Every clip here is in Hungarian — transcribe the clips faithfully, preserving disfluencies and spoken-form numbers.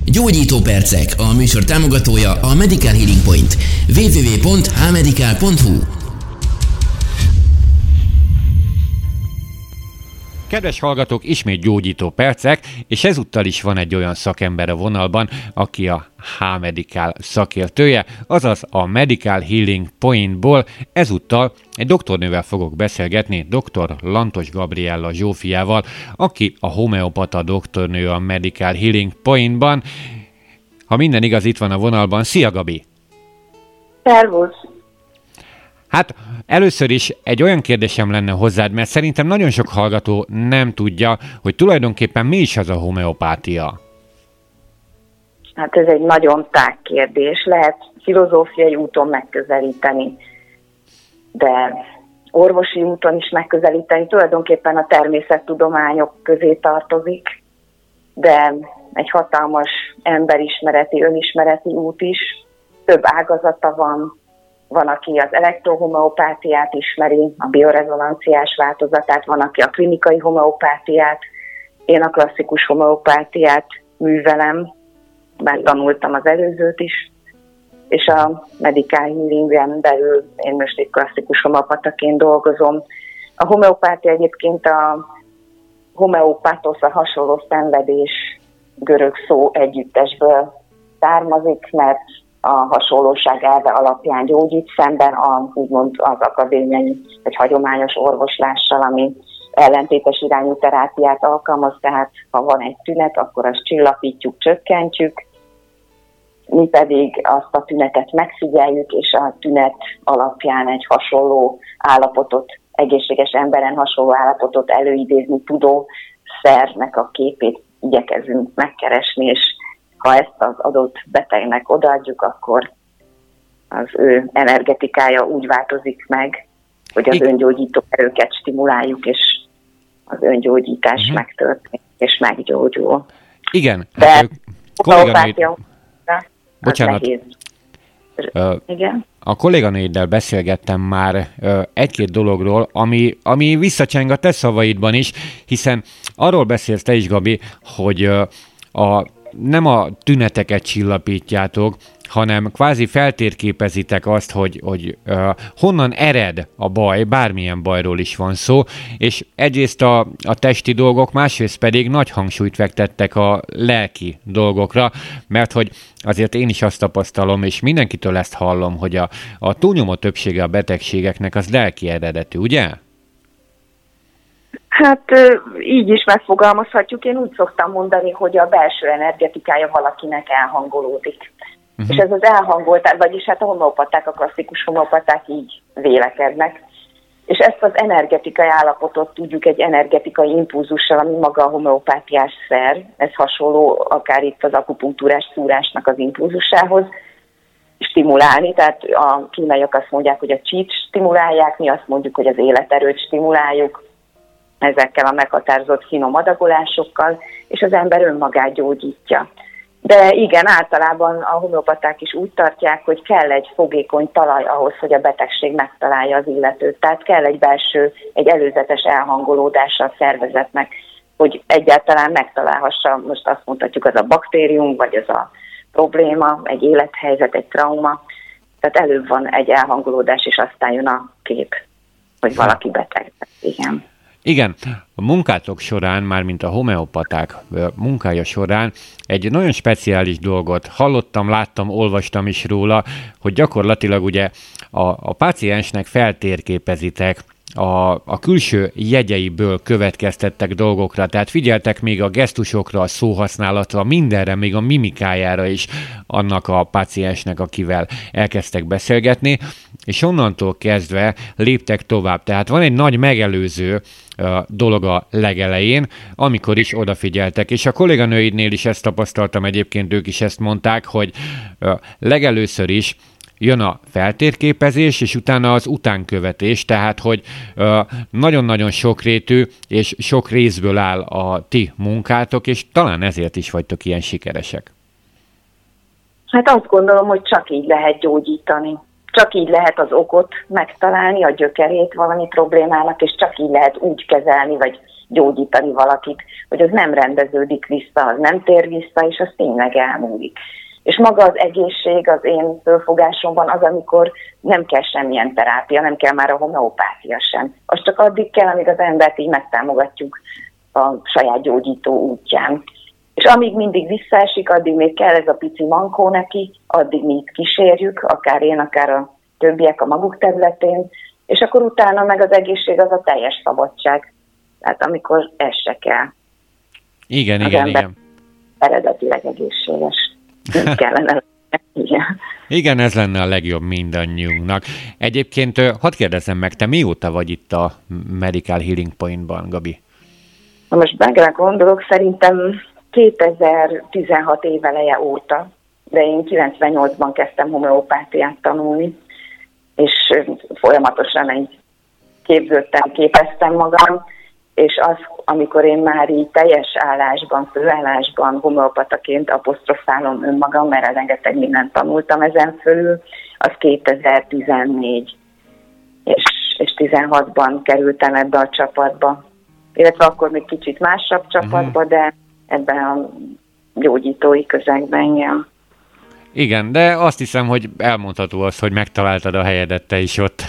Gyógyító percek, a műsor támogatója a Medical Healing Point. double-u double-u double-u pont h medical pont h u Kedves hallgatók, ismét gyógyító percek, és ezúttal is van egy olyan szakember a vonalban, aki a H-Medical szakértője, azaz a Medical Healing Pointból. Ezúttal egy doktornővel fogok beszélgetni, dr. Lantos Gabriella Zsófiával, aki a homeopata doktornő a Medical Healing Pointban. Ha minden igaz, itt van a vonalban. Szia, Gabi! Szervusz! Hát először is egy olyan kérdésem lenne hozzád, mert szerintem nagyon sok hallgató nem tudja, hogy tulajdonképpen mi is az a homeopátia. Hát ez egy nagyon tág kérdés. Lehet filozófiai úton megközelíteni, de orvosi úton is megközelíteni. Tulajdonképpen a természettudományok közé tartozik, de egy hatalmas emberismereti, önismereti út is. Több ágazata van. Van, aki az elektrohomeopátiát ismeri, a biorezonanciás változatát, van, aki a klinikai homeopátiát, én a klasszikus homeopátiát művelem, bár tanultam az előzőt is, és a Medical Healing-en belül én most egy klasszikus homeopataként dolgozom. A homeopátia egyébként a homeopátosz, a hasonló szenvedés görög szó együttesből származik, mert a hasonlóság elve alapján gyógyít szemben a, úgymond az akadémiai vagy hagyományos orvoslással, ami ellentétes irányú terápiát alkalmaz, tehát ha van egy tünet, akkor azt csillapítjuk, csökkentjük, mi pedig azt a tünetet megfigyeljük, és a tünet alapján egy hasonló állapotot, egészséges emberen hasonló állapotot előidézni tudó szernek a képét igyekezünk megkeresni, és ha ezt az adott betegnek odaadjuk, akkor az ő energetikája úgy változik meg, hogy az öngyógyító erőket stimuláljuk, és az öngyógyítás uh-huh. megtörténik, és meggyógyul. Igen. De hát, a homeopátia Bocsánat. nehéz. Uh, Igen. A kolléganőiddel beszélgettem már uh, egy-két dologról, ami, ami visszacseng a te szavaidban is, hiszen arról beszélsz te is, Gabi, hogy uh, a nem a tüneteket csillapítjátok, hanem kvázi feltérképezitek azt, hogy, hogy uh, honnan ered a baj, bármilyen bajról is van szó, és egyrészt a, a testi dolgok, másrészt pedig nagy hangsúlyt fektettek a lelki dolgokra, mert hogy azért én is azt tapasztalom, és mindenkitől ezt hallom, hogy a, a túlnyomó többsége a betegségeknek az lelki eredetű, ugye? Hát így is megfogalmazhatjuk. Én úgy szoktam mondani, hogy a belső energetikája valakinek elhangolódik. Uh-huh. És ez az elhangolt, vagyis hát a homeopaták, a klasszikus homeopaták így vélekednek. És ezt az energetikai állapotot tudjuk egy energetikai impulzussal, ami maga a homeopátiás szer, ez hasonló akár itt az akupunktúrás szúrásnak az impulzusához, stimulálni. Tehát a kínaiak azt mondják, hogy a csít stimulálják, mi azt mondjuk, hogy az életerőt stimuláljuk, ezekkel a meghatározott finom adagolásokkal, és az ember önmagát gyógyítja. De igen, általában a homeopaták is úgy tartják, hogy kell egy fogékony talaj ahhoz, hogy a betegség megtalálja az illetőt. Tehát kell egy belső, egy előzetes elhangolódása a szervezetnek, hogy egyáltalán megtalálhassa, most azt mondhatjuk, az a baktérium, vagy az a probléma, egy élethelyzet, egy trauma. Tehát előbb van egy elhangolódás, és aztán jön a kép, hogy valaki beteg. Igen. Igen, a munkátok során, mármint a homeopaták munkája során egy nagyon speciális dolgot hallottam, láttam, olvastam is róla, hogy gyakorlatilag ugye a, a páciensnek feltérképezitek a, a külső jegyeiből következtettek dolgokra, tehát figyeltek még a gesztusokra, a szóhasználatra, mindenre, még a mimikájára is annak a páciensnek, akivel elkezdtek beszélgetni, és onnantól kezdve léptek tovább. Tehát van egy nagy megelőző uh, dolog a legelején, amikor is odafigyeltek. És a kolléganőidnél is ezt tapasztaltam, egyébként ők is ezt mondták, hogy uh, legelőször is jön a feltérképezés, és utána az utánkövetés, tehát hogy uh, nagyon-nagyon sokrétű és sok részből áll a ti munkátok, és talán ezért is vagytok ilyen sikeresek. Hát azt gondolom, hogy csak így lehet gyógyítani. Csak így lehet az okot megtalálni, a gyökerét valami problémának, és csak így lehet úgy kezelni, vagy gyógyítani valakit, hogy az nem rendeződik vissza, az nem tér vissza, és az tényleg elmúlik. És maga az egészség az én fölfogásomban az, amikor nem kell semmilyen terápia, nem kell már a homeopátia sem. Az csak addig kell, amíg az embert így megtámogatjuk a saját gyógyító útján. És amíg mindig visszaesik, addig még kell ez a pici mankó neki, addig mi itt kísérjük, akár én, akár a többiek a maguk területén, és akkor utána meg az egészség az a teljes szabadság. Tehát amikor ez se kell. Igen, az igen, ember igen. Eredetileg egészséges. Így kellene. Igen. Igen, ez lenne a legjobb mindannyiunknak. Egyébként hadd kérdezzem meg, te mióta vagy itt a Medical Healing Point-ban, Gabi? Na most bárgán gondolok, szerintem kétezer-tizenhat éveleje óta, de én kilencvennyolcban kezdtem homeopátiát tanulni, és folyamatosan egy képződtem, képeztem magam, és az, amikor én már így teljes állásban, főállásban, homeopataként apostrofálom önmagam, mert rengeteg mindent tanultam ezen fölül, az kétezer-tizennégy, és, és tizenhatban kerültem ebbe a csapatba. Illetve akkor még kicsit másabb csapatba, de ebben a gyógyítói közegben, ja. Igen, de azt hiszem, hogy elmondható az, hogy megtaláltad a helyedet te is ott.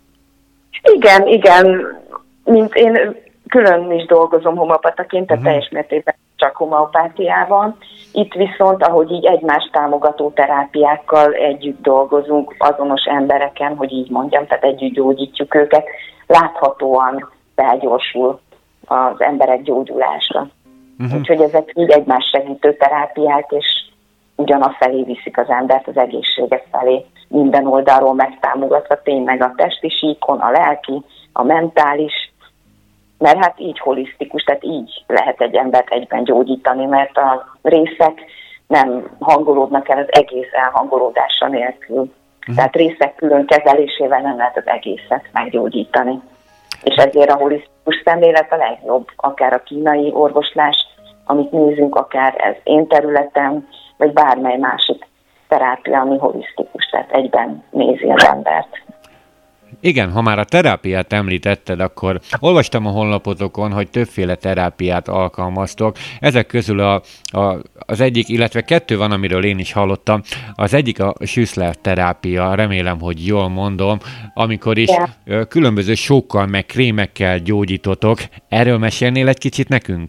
Igen, igen. Mint én külön is dolgozom homeopataként, tehát uh-huh. teljes mértékben csak homeopátiával. Itt viszont, ahogy így egymás támogató terápiákkal együtt dolgozunk azonos embereken, hogy így mondjam, tehát együtt gyógyítjuk őket, láthatóan felgyorsul az emberek gyógyulása. Uh-huh. Úgyhogy ezek így egymás segítő terápiák, és ugyanafelé viszik az embert az egészsége felé, minden oldalról megtámogatva tényleg a testi síkon, a lelki, a mentális, mert hát így holisztikus, tehát így lehet egy embert egyben gyógyítani, mert a részek nem hangolódnak el az egész elhangolódása nélkül. Uh-huh. Tehát részek külön kezelésével nem lehet az egészet meggyógyítani. És ezért a holisztikus szemlélet a legjobb, akár a kínai orvoslás, amit nézünk, akár ez én területem, vagy bármely másik terápia, ami holisztikus, tehát egyben nézi az embert. Igen, ha már a terápiát említetted, akkor olvastam a honlapotokon, hogy többféle terápiát alkalmaztok. Ezek közül a, a, az egyik, illetve kettő van, amiről én is hallottam. Az egyik a Schüssler terápia, remélem, hogy jól mondom, amikor is yeah. különböző sókkal meg krémekkel gyógyítotok. Erről mesélnél egy kicsit nekünk?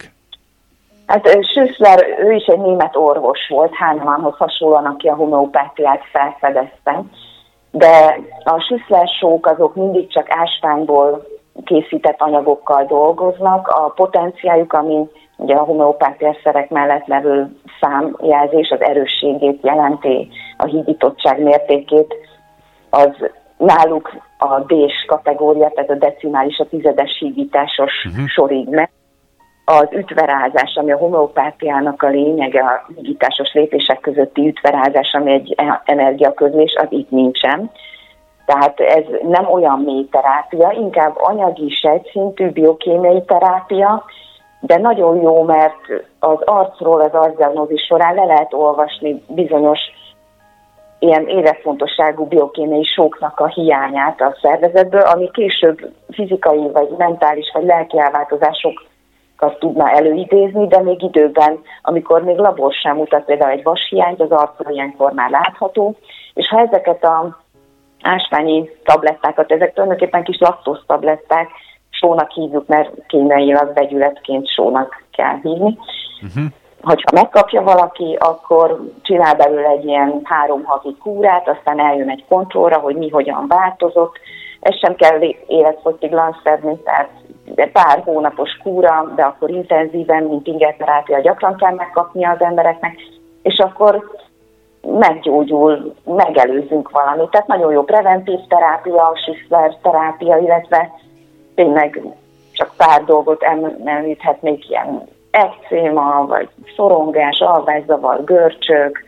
Hát Schüssler, ő is egy német orvos volt, Hahnemannhoz hasonlóan, aki a homeopátiát felfedezte. De a Schüssler sók azok mindig csak ásványból készített anyagokkal dolgoznak. A potenciáljuk, ami ugye a homeopátiás szerek mellett levő számjelzés, az erősségét jelenti, a hígítottság mértékét, az náluk a D-s kategória, tehát a decimális, a tizedes hígításos uh-huh. sorig megy. Az ütverázás, ami a homeopátiának a lényege, a hígításos lépések közötti ütverázás, ami egy energiaközlés, az itt nincsen. Tehát ez nem olyan mély terápia, inkább anyagi, sejtszintű, biokémiai terápia, de nagyon jó, mert az arcról, az arcdiagnózis során le lehet olvasni bizonyos ilyen életfontosságú biokémiai sóknak a hiányát a szervezetből, ami később fizikai, vagy mentális, vagy lelki elváltozások tudna előidézni, de még időben, amikor még labor sem mutat például egy vashiányt, az arcról ilyenkor már látható, és ha ezeket a ásványi tablettákat, ezek tulajdonképpen kis laktóz tabletták, sónak hívjuk, mert kémiailag vegyületként sónak kell hívni. Uh-huh. Hogyha megkapja valaki, akkor csinál belőle egy ilyen három havi kúrát, aztán eljön egy kontrollra, hogy mi hogyan változott. Ez sem kell életfogytiglan szedni, tehát pár hónapos kúra, de akkor intenzíven, mint ingerterápia gyakran kell megkapnia az embereknek, és akkor meggyógyul, megelőzünk valamit. Tehát nagyon jó preventív terápia, a Schüssler terápia, illetve tényleg csak pár dolgot említhetnék, ilyen ekcéma, vagy szorongás, alvászavar, görcsök,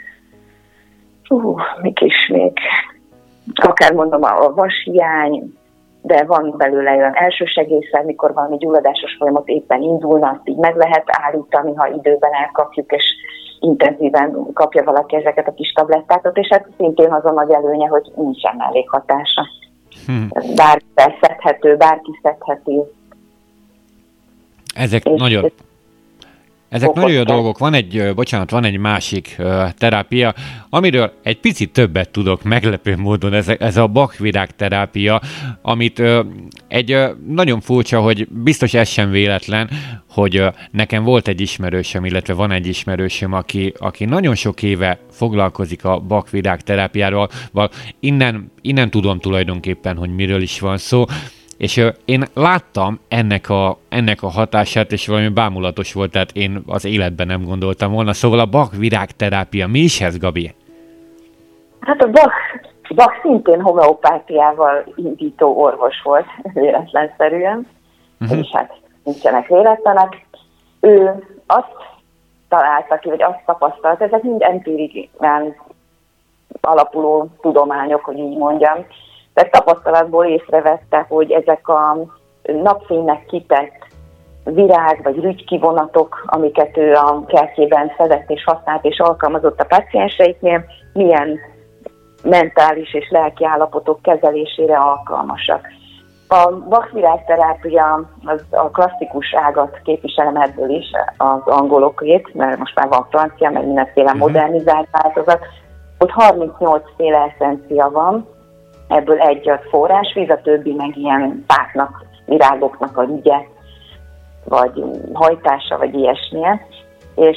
hú, mik is még, akár mondom a vashiány, de van belőle olyan elsősegélyszer, mikor valami gyulladásos folyamat éppen indulna, azt így meg lehet állítani, ha időben elkapjuk, és intenzíven kapja valaki ezeket a kis tablettákat, és hát szintén az a nagy előnye, hogy nincsen mellékhatása. Hmm. Bárki szedhető, bárki szedheti. Ezek nagyon... Ezek nagyon jó dolgok. Van egy, bocsánat, van egy másik uh, terápia, amiről egy picit többet tudok meglepő módon, ez, ez a Bach-virág terápia, amit uh, egy uh, nagyon furcsa, hogy biztos ez sem véletlen, hogy uh, nekem volt egy ismerősöm, illetve van egy ismerősöm, aki, aki nagyon sok éve foglalkozik a Bach-virág terápiáról, innen, innen tudom tulajdonképpen, hogy miről is van szó. És ö, én láttam ennek a, ennek a hatását, és valami bámulatos volt, tehát én az életben nem gondoltam volna. Szóval a Bach-virág terápia, mi is ez, Gabi? Hát a Bach, Bach szintén homeopátiával indító orvos volt, véletlenszerűen, uh-huh. és hát nincsenek véletlenek. Ő azt találta ki, vagy azt tapasztalt, ezek mind empirikán alapuló tudományok, hogy így mondjam, tehát tapasztalatból észrevette, hogy ezek a napfénynek kitett virág vagy rügykivonatok, amiket ő a kertjében szedett és használt és alkalmazott a pácienseiknél, milyen mentális és lelki állapotok kezelésére alkalmasak. A Bach-virágterápia az a klasszikus ágat képviselem ebből is, az angolokét, mert most már van francia, meg mindenféle modernizált változat. Ott harmincnyolc féle eszencia van, ebből egy az forrásvíz, a többi meg ilyen fáknak, virágoknak a rügye, vagy hajtása, vagy ilyesmilyen. És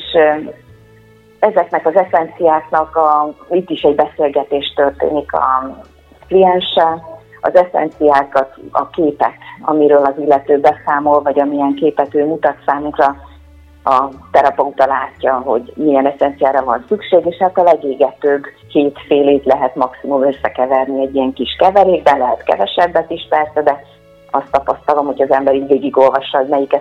ezeknek az eszenciáknak a, itt is egy beszélgetés történik a klienssel, az eszenciákat, a képet, amiről az illető beszámol, vagy amilyen képet ő mutat számunkra, a terapeuta látja, hogy milyen eszenciára van szükség, és hát a legégetőbb hétfélét lehet maximum összekeverni egy ilyen kis keverékben, lehet kevesebbet is persze, de azt tapasztalom, hogy az ember így végigolvassa, hogy melyik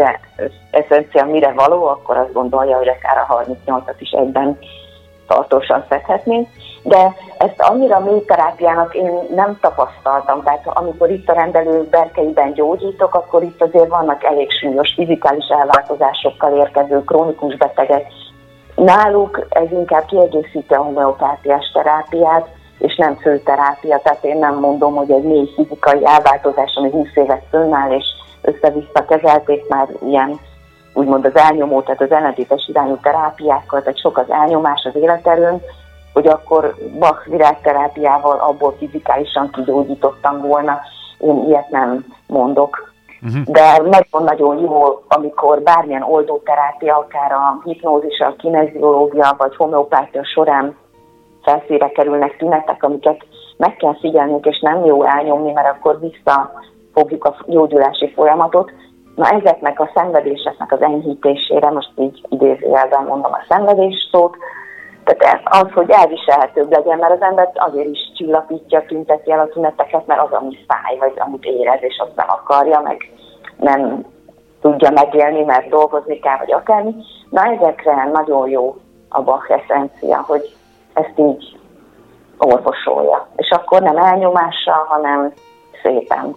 eszencia mire való, akkor azt gondolja, hogy akár a harmincnyolcat is egyben tartósan szedhetnénk. De ezt annyira mély terápiának én nem tapasztaltam, tehát amikor itt a rendelő berkeiben gyógyítok, akkor itt azért vannak elég súlyos fizikális elváltozásokkal érkező krónikus betegek. Náluk ez inkább kiegészíti a homeopátiás terápiát, és nem főterápia, tehát én nem mondom, hogy egy mély fizikai elváltozás, ami húsz évet fönnáll, és össze-vissza kezelték már ilyen, úgymond az elnyomó, tehát az ellentétes irányú terápiákkal, tehát sok az elnyomás az életerőn, hogy akkor Bach-virágterápiával abból fizikálisan kigyógyítottam volna. Én ilyet nem mondok. Uh-huh. De nagyon-nagyon jó, amikor bármilyen oldóterápia, akár a hipnózis, a kineziológia vagy homeopátia során felszínre kerülnek tünetek, amiket meg kell figyelnünk, és nem jó elnyomni, mert akkor visszafogjuk a gyógyulási folyamatot. Na ezeknek a szenvedéseknek az enyhítésére, most így idézőjelben mondom a szenvedés szót, tehát az, hogy elviselhetőbb legyen, mert az ember azért is csillapítja, tünteti el a tüneteket, mert az, ami fáj, vagy amit érez, és azt nem akarja, meg nem tudja megélni, mert dolgozni kell, vagy akármi. Na ezekre nagyon jó a Bach eszencia, hogy ezt így orvosolja. És akkor nem elnyomással, hanem szépen.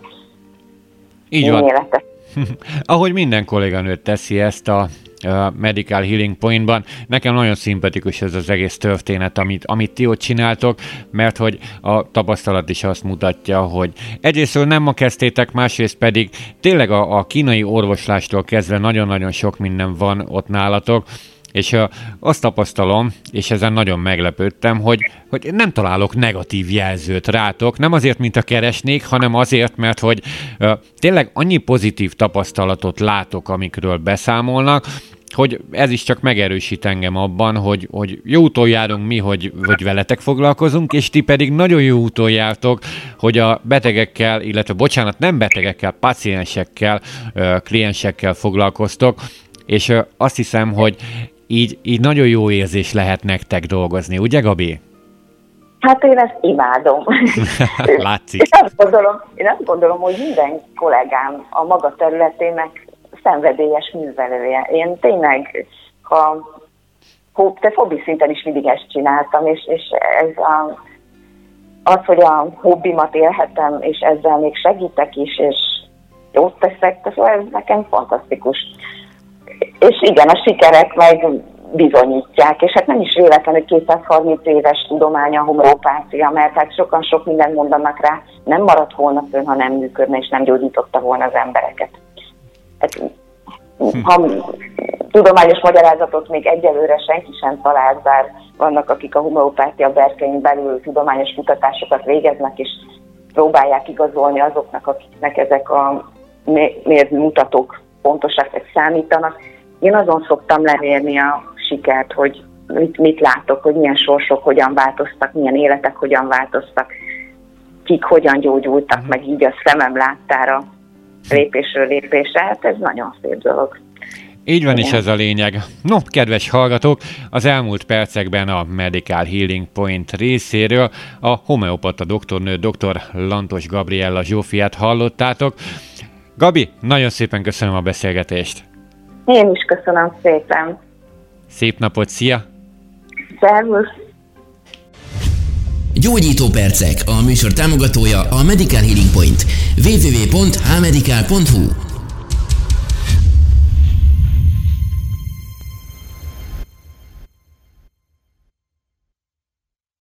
Így van. Ahogy minden kolléganő teszi ezt a Medical Healing Pointban. Nekem nagyon szimpatikus ez az egész történet, amit, amit ti ott csináltok, mert hogy a tapasztalat is azt mutatja, hogy egyrésztről nem ma kezdtétek, másrészt pedig tényleg a, a kínai orvoslástól kezdve nagyon-nagyon sok minden van ott nálatok, és uh, azt tapasztalom, és ezen nagyon meglepődtem, hogy, hogy nem találok negatív jelzőt rátok, nem azért, mint a keresnék, hanem azért, mert hogy uh, tényleg annyi pozitív tapasztalatot látok, amikről beszámolnak, hogy ez is csak megerősít engem abban, hogy, hogy jó úton járunk mi, hogy, hogy veletek foglalkozunk, és ti pedig nagyon jó úton jártok, hogy a betegekkel, illetve bocsánat, nem betegekkel, paciensekkel, uh, kliensekkel foglalkoztok, és uh, azt hiszem, hogy Így, így nagyon jó érzés lehet nektek dolgozni, ugye, Gabi? Hát én ezt imádom. Látszik. Én azt, gondolom, én azt gondolom, hogy minden kollégám a maga területének szenvedélyes művelője. Én tényleg, ha te hobbi szinten is mindig ezt csináltam, és, és ez a, az, hogy a hobbimat élhetem, és ezzel még segítek is, és jót teszek, ez nekem fantasztikus. És igen, a sikerek meg bizonyítják, és hát nem is véletlen, hogy kétszázharminc éves tudomány a homeopátia, mert hát sokan sok mindent mondanak rá, nem maradt volna fönn, ha nem működne, és nem gyógyította volna az embereket. Hát ha tudományos magyarázatot még egyelőre senki sem talált, bár vannak, akik a homeopátia berkein belül tudományos kutatásokat végeznek, és próbálják igazolni azoknak, akiknek ezek a mérő mutatók pontosak, vagy számítanak. Én azon szoktam lemérni a sikert, hogy mit, mit látok, hogy milyen sorsok hogyan változtak, milyen életek hogyan változtak, kik hogyan gyógyultak, uh-huh. meg így a szemem láttára lépésről lépésre. Hát ez nagyon szép dolog. Így van, is ez a lényeg. No, kedves hallgatók, az elmúlt percekben a Medical Healing Point részéről a homeopata doktornő dr. Lantos Gabriella Zsófiát hallottátok. Gabi, nagyon szépen köszönöm a beszélgetést. Én is köszönöm szépen. Szép napot, szia! Szervusz! Gyógyító percek, a műsor támogatója a Medical Healing Point. double-u double-u double-u pont h medical pont h u